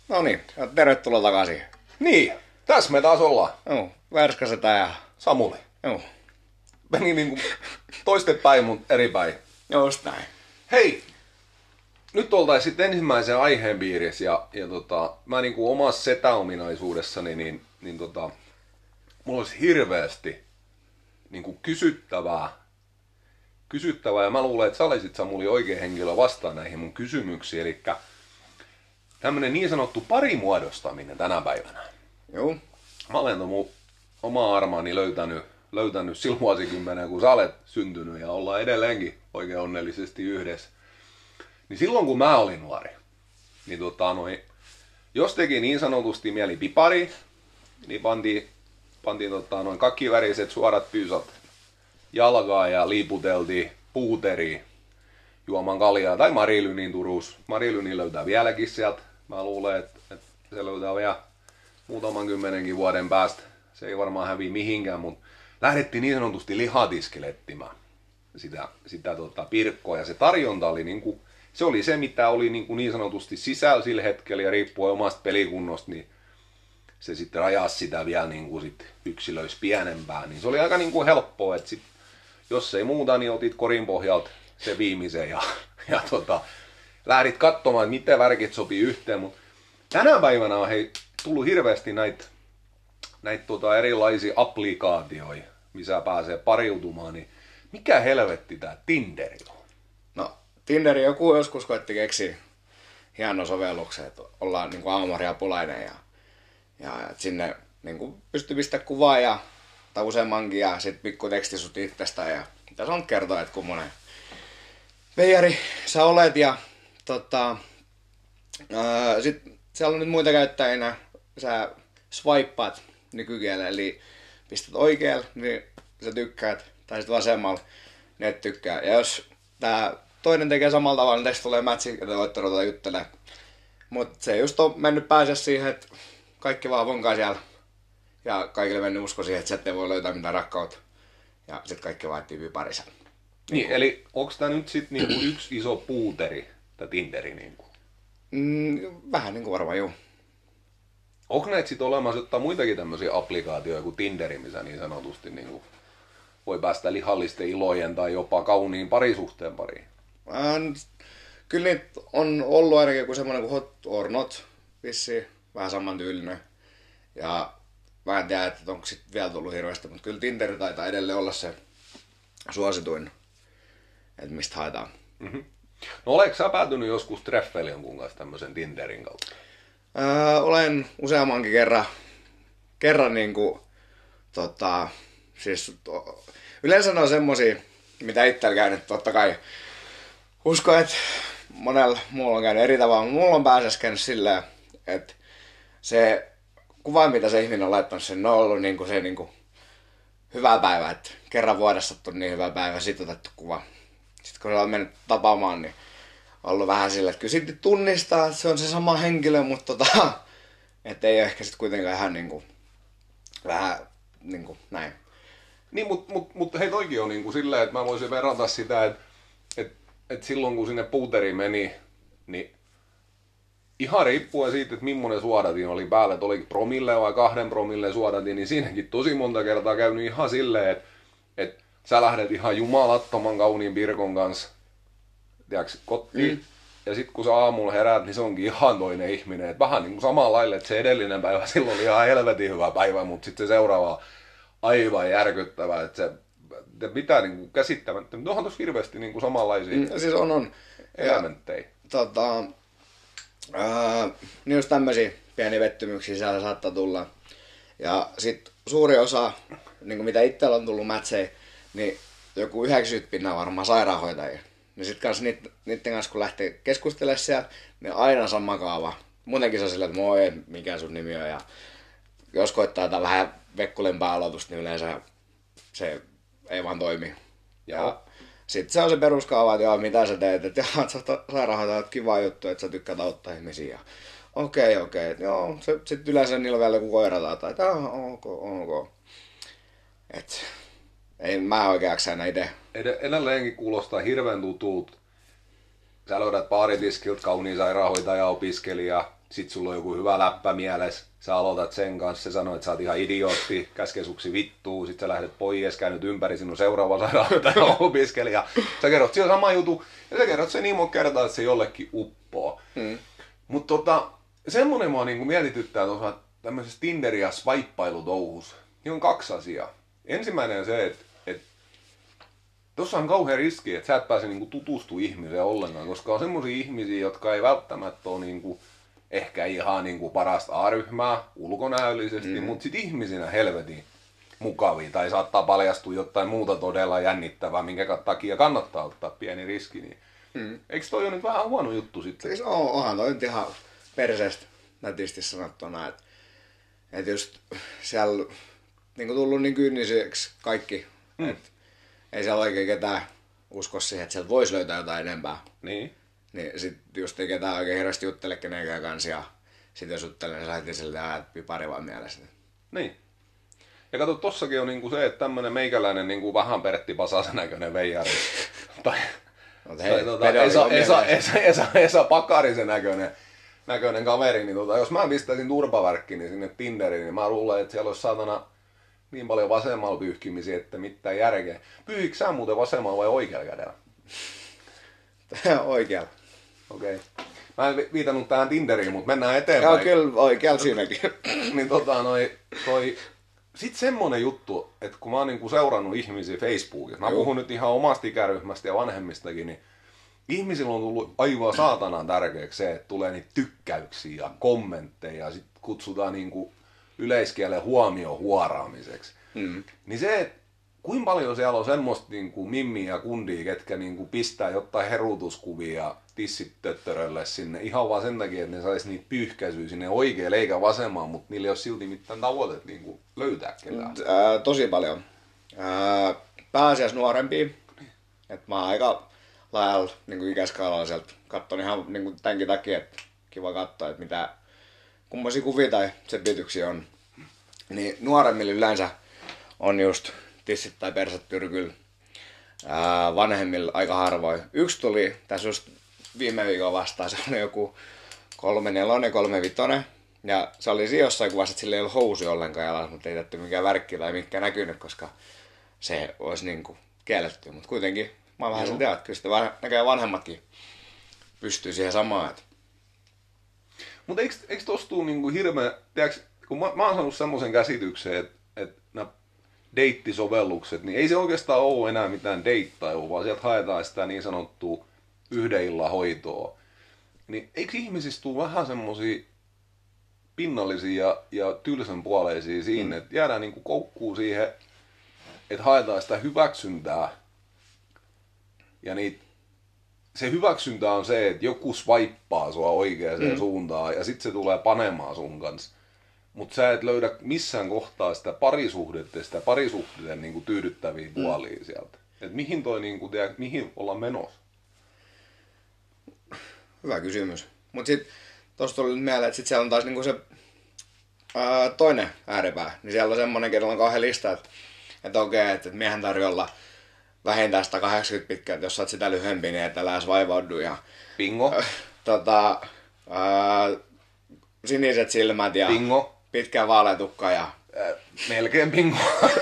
No niin, tervetuloa takaisin. Niin, tässä me taas ollaan. Joo, Värskasetä ja... Samuli. Joo. Meni niinku toistepäin, mutta eri päin. Just näin. Hei! Nyt oltais sitten ensimmäisen aiheen piirissä ja mä niinku omassa setäominaisuudessani mulla olisi hirveästi niinku kysyttävää ja mä luulen, että sä olisit Samuli oikea henkilö vastaan näihin mun kysymyksiin, eli tämmönen niin sanottu parimuodostaminen tänä päivänä. Joo. Mä olen mun omaa armaani löytänyt sillä vuosikymmenen, kun sä olet syntynyt ja ollaan edelleenkin oikein onnellisesti yhdessä. Niin silloin kun mä olin nuori, niin jos teki niin sanotusti mieli pipari, niin pantiin noin kakkiväriset suorat pyysat jalkaan ja liiputeltiin puuteriin juomaan kaljaa tai Marilynin Turussa. Marilynin löytää vieläkin sieltä. Mä luulen, että se löytää vielä muutaman kymmenenkin vuoden päästä. Se ei varmaan häviä mihinkään, mutta lähdettiin niin sanotusti lihatiskille etsimään sitä pirkkoa. Ja se tarjonta oli niinku, se oli se, mitä oli niin sanotusti sisällä sillä hetkellä ja riippuen omasta pelikunnosta, niin se sitten rajasi sitä vielä niinku sit yksilöisi pienempää. Niin se oli aika niinku helppoa, että sit, jos ei muuta, niin otit korin pohjalta se viimeisen ja lähdit katsomaan, että miten värkit sopii yhteen. Mutta tänä päivänä on tullut hirveästi näitä erilaisia applikaatioita, missä pääsee pariutumaan, niin mikä helvetti tää Tinderi on? No, Tinderi joku joskus koetti keksiä hieno sovelluksen, että ollaan niinku aamariapulainen ja sinne niinku pystyy pistämään kuvaa tai useammankin ja sit pikku teksti sut itsestä ja mitä sä on kertoa, että kummonen veijari sä olet ja sit siellä on nyt muita käyttäjinä, sä swipeat nykykielellä, eli pistät oikealle, niin sä tykkäät, tai sit vasemmalla, niin et tykkää. Ja jos tää toinen tekee samalla tavalla, niin teistä tulee matchi, ja te voitte ruveta juttelemaan. Mut se just on mennyt pääsee siihen, että kaikki vaan vonkaa siellä, ja kaikille mennyt usko siihen, että sieltä ei voi löytää mitään rakkautta. Ja sit kaikki vaan etsii parissa. Niin, eli onks tää nyt sit niinku yksi iso puuteri, tää Tinderi niinku? Vähän niinku varmaan, juu. Onko näitä sitten olemassa jotain muitakin tämmöisiä applikaatioita kuin Tinderi, missä niin sanotusti niin voi päästä lihallisten ilojen tai jopa kauniin parisuhteen pariin? Kyllä niitä on ollut ainakin joku semmoinen kuin Hot or Not, vissiin, vähän samantyylinen. Ja mä en tiedä, että onko sit vielä tullut hirveästi, mutta kyllä Tinder taitaa edelleen olla se suosituin, että mistä haetaan. Mm-hmm. No oletko sä päätynyt joskus treffeille jonkun kanssa tämmöisen Tinderin kautta? Olen useammankin kerran niinku, siis yleensä ne on semmosia, mitä itsellä käynyt, totta kai usko, että monella muulla on käynyt eri tavalla, mutta mulla on pääasiassa käynyt silleen, että se kuva, mitä se ihminen on laittanut, sen on ollut niinku se niinku hyvä päivä, että kerran vuodessa on niin hyvä päivä, sit otettu kuva. Sitten kun se on mennyt tapaamaan, niin ollut vähän sillä, että kyllä sitten tunnistaa, että se on se sama henkilö, mutta että ei ole ehkä sitten kuitenkaan ihan niinku, vähän niinku näin. Niin, mutta hei toikin on niinku silleen, että mä voisin verrata sitä, että silloin kun sinne puuteriin meni, niin ihan riippuen siitä, että millainen suodatin oli päällä, että olikin promille vai 2 promille suodatin, niin siinäkin tosi monta kertaa käynyt ihan silleen, että sä lähdet ihan jumalattoman kauniin Pirkon kanssa kotiin. Ja sit kun sä aamulla heräät, niin se onkin ihan toinen ihminen. Et vähän niin kuin samalla lailla, että se edellinen päivä silloin oli ihan helvetin hyvä päivä, mutta sitten se seuraava aivan järkyttävä. Että se pitää niin kuin käsittämättä. Mutta onhan tossa hirveästi niin kuin samanlaisia siis on. elementtejä. Niin just tämmösiä pieniä vettymyksiä siellä saattaa tulla. Ja sit suuri osa, niin kuin mitä itsellä on tullut mätsejä, niin joku 90% varmaan sairaanhoitajia. Niin sit kans niitten kanssa kun lähtee keskustelemaan siellä, niin aina sama kaava. Muutenkin se on silleen, että moi, mikä sun nimi on. Ja jos koittaa jotain vähän vekkulempaa aloitusta, niin yleensä se ei vaan toimi. Ja sit se on se peruskaava, että joo, mitä sä teet, että joo, sä sairaanhoitaja, kiva juttu, että sä tykkäät auttaa ihmisiä. Okei, joo, sit yleensä niillä on vielä joku koira tai että ok. Et ei mä oikein jaksa enää itse. Edelleenkin kuulostaa hirveän tutulta. Sä löydät baaritiskiltä kauniin sairaanhoitaja, opiskelija, sit sulla on joku hyvä läppä mielessä, sä aloitat sen kanssa, se sanoo, että sä oot ihan idiootti, käskee suksi vittuu, sit sä lähdet pois, käynyt ympäri sinun seuraava sairaanhoitaja opiskelija. Sä kerrot siellä sama jutu, ja sä kerrot sen niin monta kertaa, että se jollekin uppoo. Mutta semmonen mua niinku mietityttää tuossa tämmöisessä Tinder- ja swippailutouhussa. Niin on 2 asiaa. Ensimmäinen on se, että tuossa on kauhean riski, että sä et pääse niinku tutustumaan ihmiseen ollenkaan, koska on semmosia ihmisiä, jotka ei välttämättä ole niinku, ehkä ihan niinku parasta A-ryhmää ulkonäöllisesti, mutta sit ihmisinä helvetin mukavia tai saattaa paljastua jotain muuta todella jännittävää, minkä takia kannattaa ottaa pieni riski. Niin eikö toi ole nyt vähän huono juttu sitten? Siis onhan toi nyt ihan perseestä nätisti sanottuna, että just siellä niinku tullut niin kyyniseksi kaikki, että ei siellä oikein ketään usko siihen, että sieltä voisi löytää jotain enempää. Niin. Niin sit just ei ketään oikein hirveästi juttele kenenkään kanssa ja sit jos juttelen, niin sä heti siltä, että pipari vaan mielestä. Niin. Ja kato, tossakin on niinku se, että tämmönen meikäläinen niinku vähän Pertti Pasasen näköinen veijari. tai Esa Pakarisen näköinen kaveri, niin jos mä pistäisin turpavärkkini sinne Tinderiin, niin mä luulen, että siellä olisi saatana niin paljon vasemmalla pyyhkimisiä, että mitään järkeä. Pyyhikö sä muuten vasemmalla vai oikealla kädellä? Oikealla. Okei. Mä en viitannut tähän Tinderiin, mutta mennään eteenpäin. Joo, kyllä oikealla siinäkin. niin sitten semmonen juttu, että kun mä oon niinku seurannut ihmisiä Facebookissa, mä puhun nyt ihan omasta ikäryhmästä ja vanhemmistakin, niin ihmisillä on tullut aivan saatanan tärkeäksi se, että tulee niitä tykkäyksiä ja kommentteja ja sit kutsutaan niinku yleiskielen huomioon huoraamiseksi. Niin se, että kuinka paljon siellä on semmoista niinku mimmiä ja kundia, ketkä niinku pistää jotain herutuskuvia tissit töttörölle sinne ihan vaan sen takia, että ne sais niitä pyyhkäisyä sinne oikealle eikä vasemmaan, mutta niillä ei ole silti mitään tavoitet niinku löytää ketään. Tosi paljon. Pääasiassa nuorempia. Et mä oon aika laajalla niin ikäskaalalla sieltä katson ihan niin tämänkin takia, että kiva katsoa, että mitä kummoisia kuvia tai sepityksiä on. Niin nuoremmilla yleensä on just tissit tai persat tyrkyllä. Vanhemmilla aika harvoin. Yksi tuli tässä just viime viikon vastaan, se oli joku 3-4, 3-5. Ja se oli siinä jossain kuvassa, että sillä ei ollut housuja ollenkaan jalassa, mutta ei tehty mikään värkki tai mikään näkynyt, koska se olisi niinku kielletty. Mutta kuitenkin mä oon vähän sen tiedä, että kyllä sitä näköjään vanhemmatkin pystyy siihen samaan. Mutta eikö tossa tuu niinku hirveä, tiedätkö, kun mä oon saanut semmoisen käsityksen, että nämä deittisovellukset, niin ei se oikeastaan ole enää mitään deittailua, vaan sieltä haetaan sitä niin sanottua yhden illan hoitoa. Niin eikö ihmisistä tule vähän semmosia pinnallisia ja tylsänpuoleisia siinä, että jäädään niinku koukkuun siihen, että haetaan sitä hyväksyntää. Ja se hyväksyntä on se, että joku swipaa sua oikeaan suuntaan ja sitten se tulee panemaan sun kanssa. Mutta sä et löydä missään kohtaa sitä parisuhdetta ja sitä parisuhteiden niinku tyydyttäviä puolia sieltä. Et mihin toi niinku, mihin ollaan menossa? Hyvä kysymys. Mutta sitten tosta tuli nyt mieleen, että sit siellä on taas niinku se toinen ääripää. Niin siellä on semmonen, kenellä on kauhean lista, että okei, että miehen tarjolla vähintään 180 pitkä, että jos sä oot sitä lyhyempi, niin et älä edes vaivaudu. Ja, Bingo. Siniset silmät ja Bingo. pitkä vaaleatukka ja melkein bingo.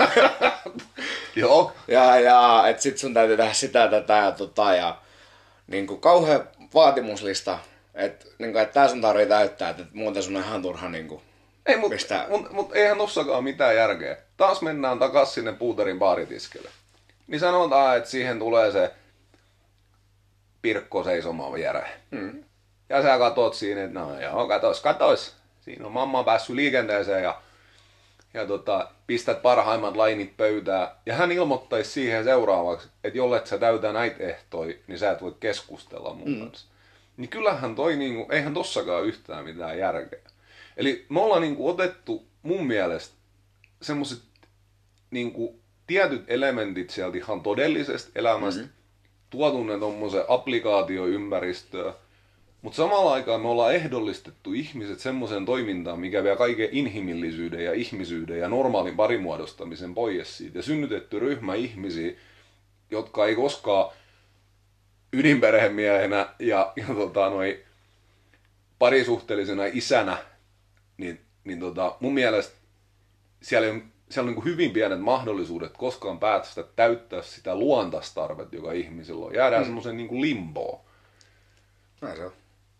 Joo. Ja et sit sun täytyy tehdä sitä, tätä ja niinku kauhean vaatimuslista, että niinku, et tää sun tarvii täyttää, että muuten sun on ihan turha niinku ei, mut eihän tossakaan mitään järkeä. Taas mennään takas sinne puuterin baaritiskelle. Niin sanotaan, että siihen tulee se Pirkko seisomaan viereen. Ja sä katot siinä, että no joo, katos. Siinä on mamma päässyt liikenteeseen ja pistät parhaimmat lainit pöytään. Ja hän ilmoittaisi siihen seuraavaksi, että jollet sä täytä näitä ehtoja, niin sä et voi keskustella mun kanssa. Niin kyllähän toi niinku, eihän tossakaan yhtään mitään järkeä. Eli me ollaan niinku otettu mun mielestä semmoset niinku tietyt elementit sieltä ihan todellisesta elämästä, tuotu ne tommosen applikaatioympäristöön, mutta samalla aikaan me ollaan ehdollistettu ihmiset semmoiseen toimintaan, mikä vie kaiken inhimillisyyden ja ihmisyyden ja normaalin parimuodostamisen pois siitä. Ja synnytetty ryhmä ihmisiä, jotka ei koskaan ydinperhemiehenä ja parisuhteellisena isänä, mun mielestä siellä on niin hyvin pienet mahdollisuudet koskaan päästä täyttää sitä luontaistarvetta, joka ihmisillä on. Jäädään semmoisen niin limboon. Näin se on.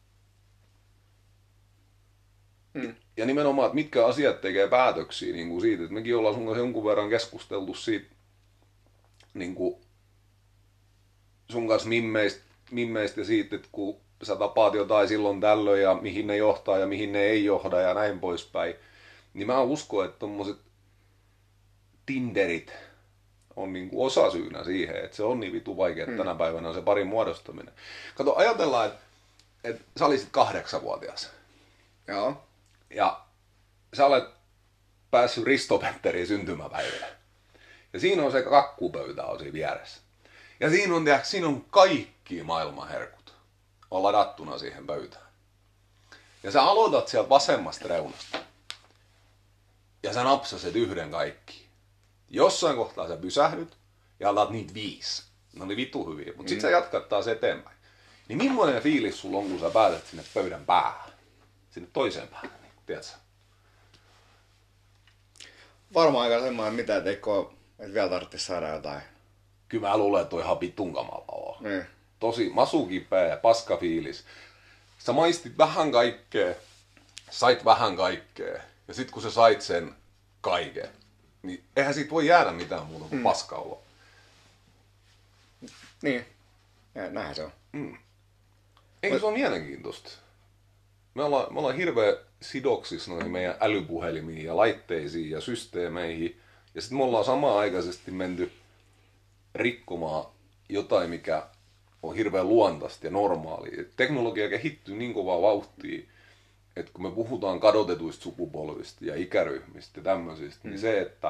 Ja nimenomaan, että mitkä asiat tekee päätöksiä niin kuin siitä, että mekin ollaan sun kanssa jonkun verran keskusteltu siitä niin kuin sun kanssa mimmeistä ja siitä, että kun sä tapaat jotain silloin tällöin ja mihin ne johtaa ja mihin ne ei johda ja näin poispäin, niin mä uskon, että tommoset Tinderit on niin kuin osasyynä siihen, että se on niin vitu vaikea tänä päivänä se parin muodostaminen. Kato, ajatellaan, että sä olisit 8-vuotias. Joo. Ja sä olet päässyt Risto Petteriin syntymäpäiville. Ja siinä on se kakkupöytä on siinä vieressä. Ja siinä on kaikki maailman herkut on ladattuna siihen pöytään. Ja sä aloitat sieltä vasemmasta reunasta. Ja sä napsaset yhden kaikki. Jossain kohtaa sä pysähdyt ja alat niitä 5. Ne oli vitu hyviä, mutta sit sä jatkat taas eteenpäin. Niin millainen fiilis sulla on, kun sä pääset sinne pöydän päähän? Sinne toiseen päähän, niin, tiedätkö? Varmaan aika semmoinen, mitä teikko, että vielä tarvitsisi saada jotain. Kyllä mä luulen, että toi ihan vitun kamala on. Niin. Tosi masukipeä ja paska fiilis. Sä maistit vähän kaikkea, sait vähän kaikkea. Ja sit kun sä sait sen kaiken, niin eihän siitä voi jäädä mitään muuta kuin paskaoloa. Niin. Ja näinhän se on. Eikö se ole mielenkiintoista? Me ollaan hirveä sidoksissa noihin meidän älypuhelimiin ja laitteisiin ja systeemeihin. Ja sitten me ollaan samaan aikaisesti menty rikkomaan jotain, mikä on hirveän luontaista ja normaalia. Teknologia kehittyy niin kovaa vauhtia, että kun me puhutaan kadotetuista sukupolvista ja ikäryhmistä ja tämmöisistä, niin se, että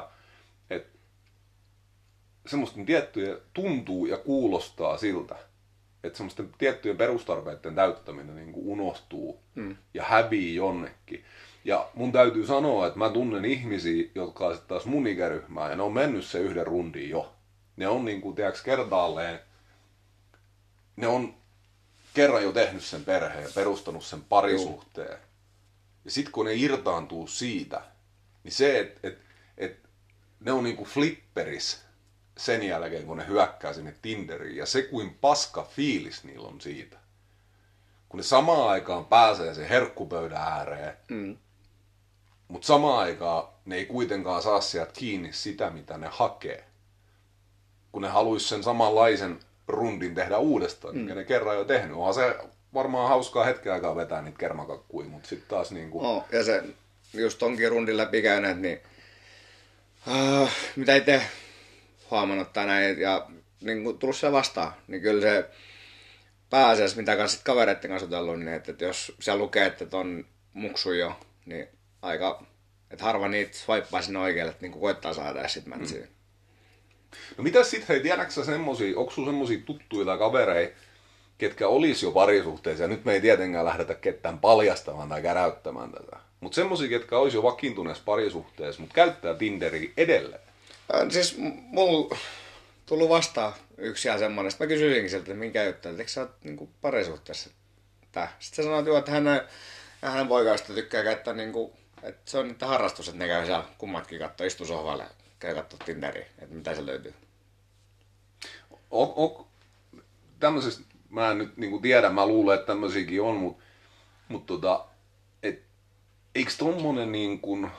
semmoista tiettyjä tuntuu ja kuulostaa siltä, että semmoisten tiettyjen perustarpeiden täyttäminen niin kuin unohtuu ja hävii jonnekin. Ja mun täytyy sanoa, että mä tunnen ihmisiä, jotka on sitten taas mun ikäryhmää, ja ne on mennyt se yhden rundin jo. Ne on niin kuin, tiedätkö, kertaalleen, ne on kerran jo tehnyt sen perheen, perustanut sen parisuhteen. Ja sit kun ne irtaantuu siitä, niin se, että ne on niin kuin flipperis sen jälkeen, kun ne hyökkää sinne Tinderiin. Ja se, kuin paska fiilis niillä on siitä. Kun ne samaan aikaan pääsee sen herkkupöydän ääreen, mutta samaan aikaan ne ei kuitenkaan saa sieltä kiinni sitä, mitä ne hakee. Kun ne haluaisi sen samanlaisen rundin tehdä uudestaan, mikä ne kerran jo tehnyt. Onhan se varmaan hauskaa hetken aikaa vetää niitä kermakakkuja, mutta sitten taas niinku... No, ja se just tonkin rundin läpi käyneet, niin mitä itse huomannut tänään ja niin kun tullut siellä vastaan, niin kyllä se pääasiassa, mitä kanssa kavereiden kanssa jutellut, niin että jos siellä lukee, että on muksu jo, niin aika, että harva niitä swipaa sinne oikealle, että niin koittaa saada ja sitten mätsiä. No mitäs sit, hei, tiedätkö sä semmosia, onko sulla semmosia tuttuja tai kavereita, ketkä olisi jo parisuhteessa, ja nyt me ei tietenkään lähdetä ketään paljastamaan tai käräyttämään tätä, mutta semmosia, ketkä olisi jo vakiintuneessa parisuhteessa, mutta käyttää Tinderiä edelleen? Siis mulla tullut vastaan yksi ihan semmoinen, sitten mä kysyisinkin sieltä, että minkä juttu, että eikö sä oot niin parisuhteessa? Sitten se sanoi, että hänen poikaista tykkää käyttää, niin kuin, että se on niiden harrastus, että ne käy siellä kummatkin kattoo, istuu sohvalle ja käy kattoo Tinderiä, että mitä se löytyy. Tämmöisestä mä en nyt niin tiedä, mä luulen, että tämmöisiäkin on, mutta eikö tommonen niin kuin...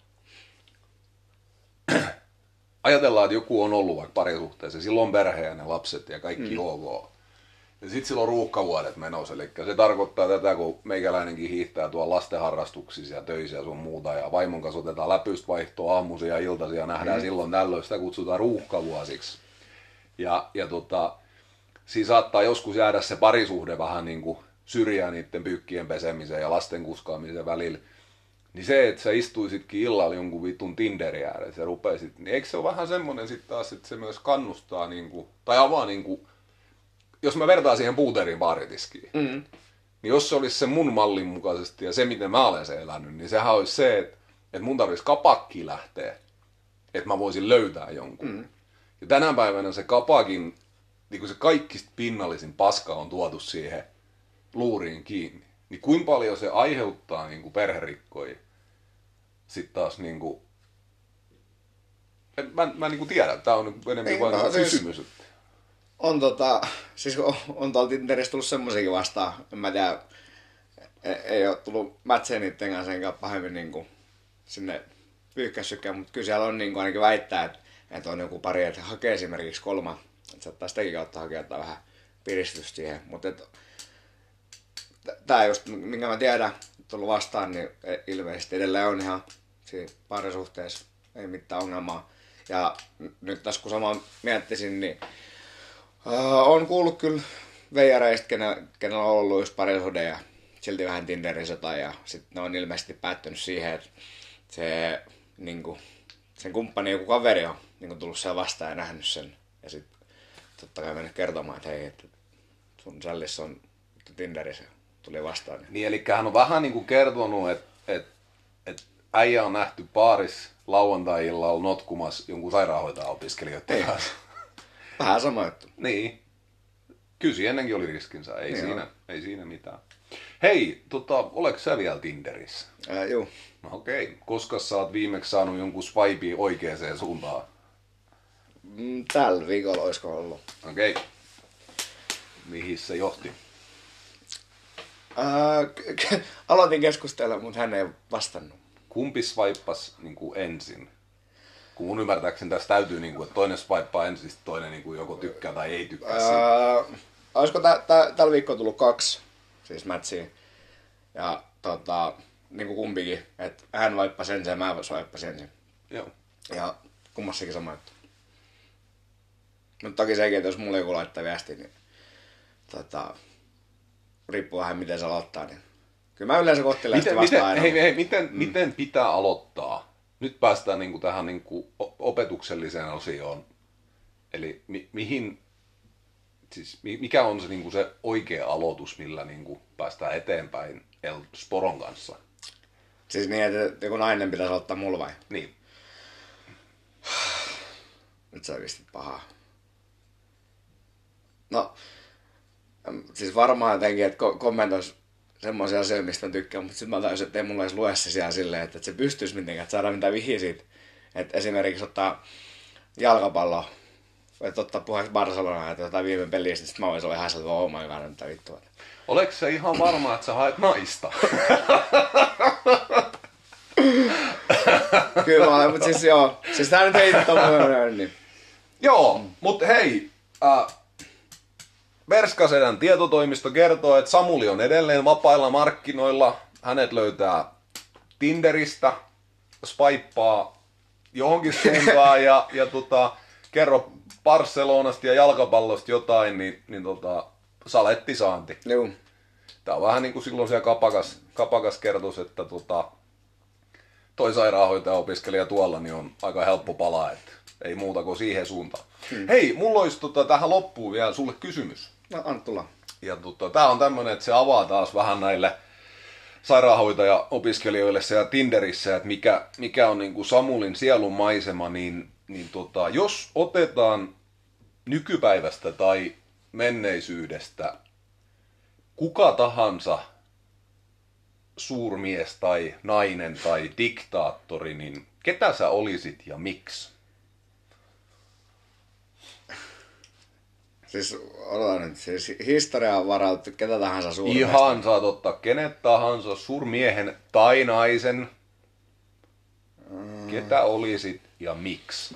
Ajatellaan, että joku on ollut vaikka parisuhteessa, sillä on perhe ja ne lapset ja kaikki ok. Ja sitten sillä on ruuhkavuodet menossa, eli se tarkoittaa tätä, kun meikäläinenkin hiihtää tuolla lastenharrastuksissa ja töissä ja sun muuta, ja vaimon kanssa otetaan läpystä vaihtoa aamuisia ja iltaisia, nähdään silloin tällöin, sitä kutsutaan ruuhkavuosiksi. Ja siinä saattaa joskus jäädä se parisuhde vähän niin kuin syrjään niiden pyykkien pesemisen ja lasten kuskaamisen välillä. Niin se, että sä istuisitkin illalla jonkun vitun Tinderin ääressä ja rupeisit, niin eikö se ole vähän semmoinen sitten taas, että se myös kannustaa, niinku, tai avaa niinku, jos mä vertaan siihen puuterin baaritiskiin, niin jos se olisi se mun mallin mukaisesti ja se, miten mä olen se elänyt, niin sehän olisi se, että mun tarvitsisi kapakki lähteä, että mä voisin löytää jonkun. Ja tänä päivänä se kapakin, niin kuin se kaikista pinnallisin paska on tuotu siihen luuriin kiinni. niin kuinka paljon se aiheuttaa niin kuin perherikkoja sitten taas niin kuin, mä niin kuin tiedän, tää on enemmän Niin, vain no, kysymys. On siis on tuolta Tinderistä tullut semmosiakin vastaan. En mä tiedä, ei ole tullut mätseen niitten kanssa enkä pahemmin niinku sinne pyyhkässykään, mutta kyllä siellä on niinku ainakin väittää, että on joku pari, että hakee esimerkiksi kolma. Että saattaa sitäkin kautta hakea vähän piristystä siihen. Mutta tää just, minkä mä tiedän, tullut vastaan, niin ilmeisesti edelleen on ihan siinä parisuhteessa. Ei mitään ongelmaa. Ja nyt kun samaan miettisin, niin on kuullut kyllä veijareista, kenellä on ollut just parisuhde ja silti vähän Tinderissä jotain. Ja sitten ne on ilmeisesti päättynyt siihen, että se, niinku, sen kumppani joku kaveri on niinku, tullut siellä vastaan ja nähnyt sen. Ja sitten totta kai mennyt kertomaan, että hei, että sun sällissä on Tinderissä tuli vastaan. Niin, eli hän on vähän niin kuin kertonut, että äijä on nähty baarissa lauantai-illalla notkumassa jonkun sairaanhoitaja-opiskelijoiden kanssa. Vähän sama juttu. Niin. Kyllä ennenkin oli riskinsä, ei Niin ei siinä mitään. Hei, oletko sä vielä Tinderissä? Juu. No okei. Koska sä oot viimeksi saanut jonkun swipea oikeaan suuntaan? Tällä viikolla olisiko ollut. Okei. Mihin se johti? Aloitin keskustella, mutta hän ei vastannut. Kumpi swippas niin kuin ensin? Kun mun ymmärtääkseni tässä täytyy, niin kuin, että toinen swippaa ensin, sitten toinen niin kuin joko tykkää tai ei tykkää siitä. Olisiko tällä viikolla tullut 2 siis matchia. Ja niin kuin kumpikin. Että hän vaippasi ensin ja mä vaippasin ensin. Joo. Ja kummassakin sama juttu. Mutta toki sekin, että jos mulle joku laittaa viesti, niin riippuu vähän miten se aloittaa. Niin. Kyllä mä yleensä kohtelen sitä vastaan aina. Miten pitää aloittaa? Nyt päästään niin kuin tähän niin kuin opetukselliseen osioon. Eli mikä on se, niin kuin se oikea aloitus, millä niin kuin päästään eteenpäin Sporon kanssa? Siis niin, että joku nainen pitäisi aloittaa mulla vai? Niin. Nyt sä pistit pahaa. No, siis varmaan jotenkin, että kommentoisi semmoisia asioita, mistä mä tykkään, mutta sitten mä tajusin, että ei mulla edes lue se siellä silleen, että se pystyisi mitenkään, että saadaan mitään vihiä siitä. Että esimerkiksi ottaa jalkapalloa, että ottaa puheeksi Barcelonaa, että jotain viime peliä, niin sitten mä voisin olla ihan sieltä, oh my god, mitä vittua. Oletko se ihan varma, että sä haet naista? Kyllä mä olen, mutta siis joo, siis tää nyt heitit tommoinen, niin. Joo, mutta hei, Verskasedän tietotoimisto kertoo, että Samuli on edelleen vapailla markkinoilla. Hänet löytää Tinderistä, swipaa johonkin suuntaan ja kerro Barcelonasta ja jalkapallosta jotain, niin salettisaanti. Joo. Tää on vähän niin kuin silloin siellä kapakas kertos, että toi sairaanhoitaja-opiskelija tuolla niin on aika helppo palaa, että ei muuta kuin siihen suuntaan. Hei, mulla olisi tähän loppuun vielä sulle kysymys. No, anna tulla. Ja tää on tämmönen, että se avaa taas vähän näille sairaanhoitaja-opiskelijoille siellä Tinderissä, että mikä on niinku Samulin sielun maisema, niin jos otetaan nykypäivästä tai menneisyydestä kuka tahansa suurmies tai nainen tai diktaattori, niin ketä sä olisit ja miksi? Siis odotan nyt, siis historiaa varalta ketä tahansa suurmesta. Ihan saat ottaa kenet tahansa, suurmiehen tai naisen. Ketä olisit ja miksi?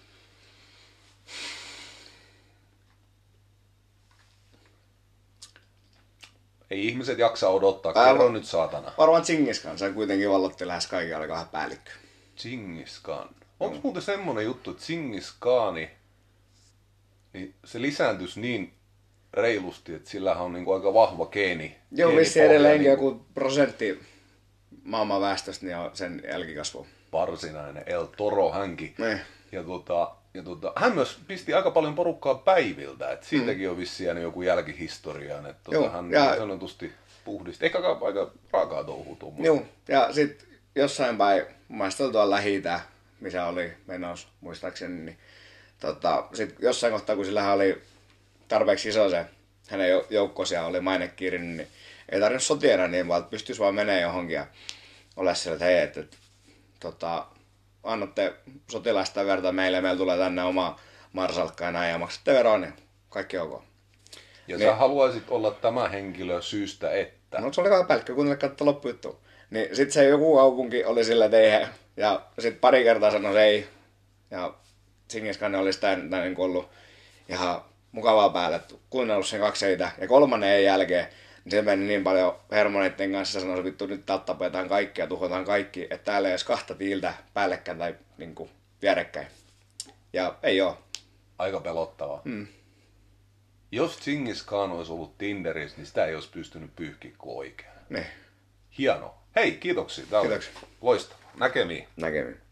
Ei ihmiset jaksa odottaa, kerro nyt saatana. Varmaan Chingis Khan, se kuitenkin vallotti lähes kaikkialla kahden päällikkö. Chingis Khan. Onko muuten semmonen juttu, että Chingis Khani, niin se lisääntyisi niin reilusti, että sillähän on niinku aika vahva geeni. Joo, missä edelleenkin joku prosentti maailman väestöstä niin on sen jälkikasvu. Varsinainen El Toro hänkin. Ne. Ja hän myös pisti aika paljon porukkaa päiviltä, että siitäkin on vissiin joku jälkihistoriaan, että hän ja sanotusti puhdisti. Ehkä aika raakaa touhua tuommoista. Joo, ja sitten jossain päin, mun mielestä oli tuolla Lähi-Itä, missä oli menossa muistaakseni, niin sitten jossain kohtaa, kun sillähän oli tarpeeksi iso se hänen joukkonsa ja oli mainekirjannut, niin ei tarvinnut sotia niin, vaan pystyisi vaan menemään johonkin ja olla sillä, että hei, annatte sotilaista verta meille tulee tänne oma marsalkka ja näin ja maksatte veroa, niin kaikki ok. Ja niin, sä haluaisit olla tämä henkilö syystä, että... No se oli vaan pelkkä, kuuntele katsoa loppujuttu. Niin sit se joku kaupunki oli sillä, että ei, ja sit pari kertaa sanoi ei. Ja Singiskanne oli sitä niin ollut ihan mukavaa päällä, että kuunnellut sen 2 seitä. Ja 3 ei jälkeen, niin se meni niin paljon hermoneiden kanssa, sanoi, että vittu nyt tapetaan kaikki ja tuhotaan kaikki, että täällä ei edes 2 tiiltä päällekkäin tai niin kuin vierekkäin. Ja ei oo. Aika pelottavaa. Jos Džingis Khan olisi ollut Tinderissä, niin sitä ei olisi pystynyt pyyhkiä kuin oikein. Niin. Hienoa. Hei, kiitoksia. Tämä oli loistavaa. Näkemiin. Näkemiin.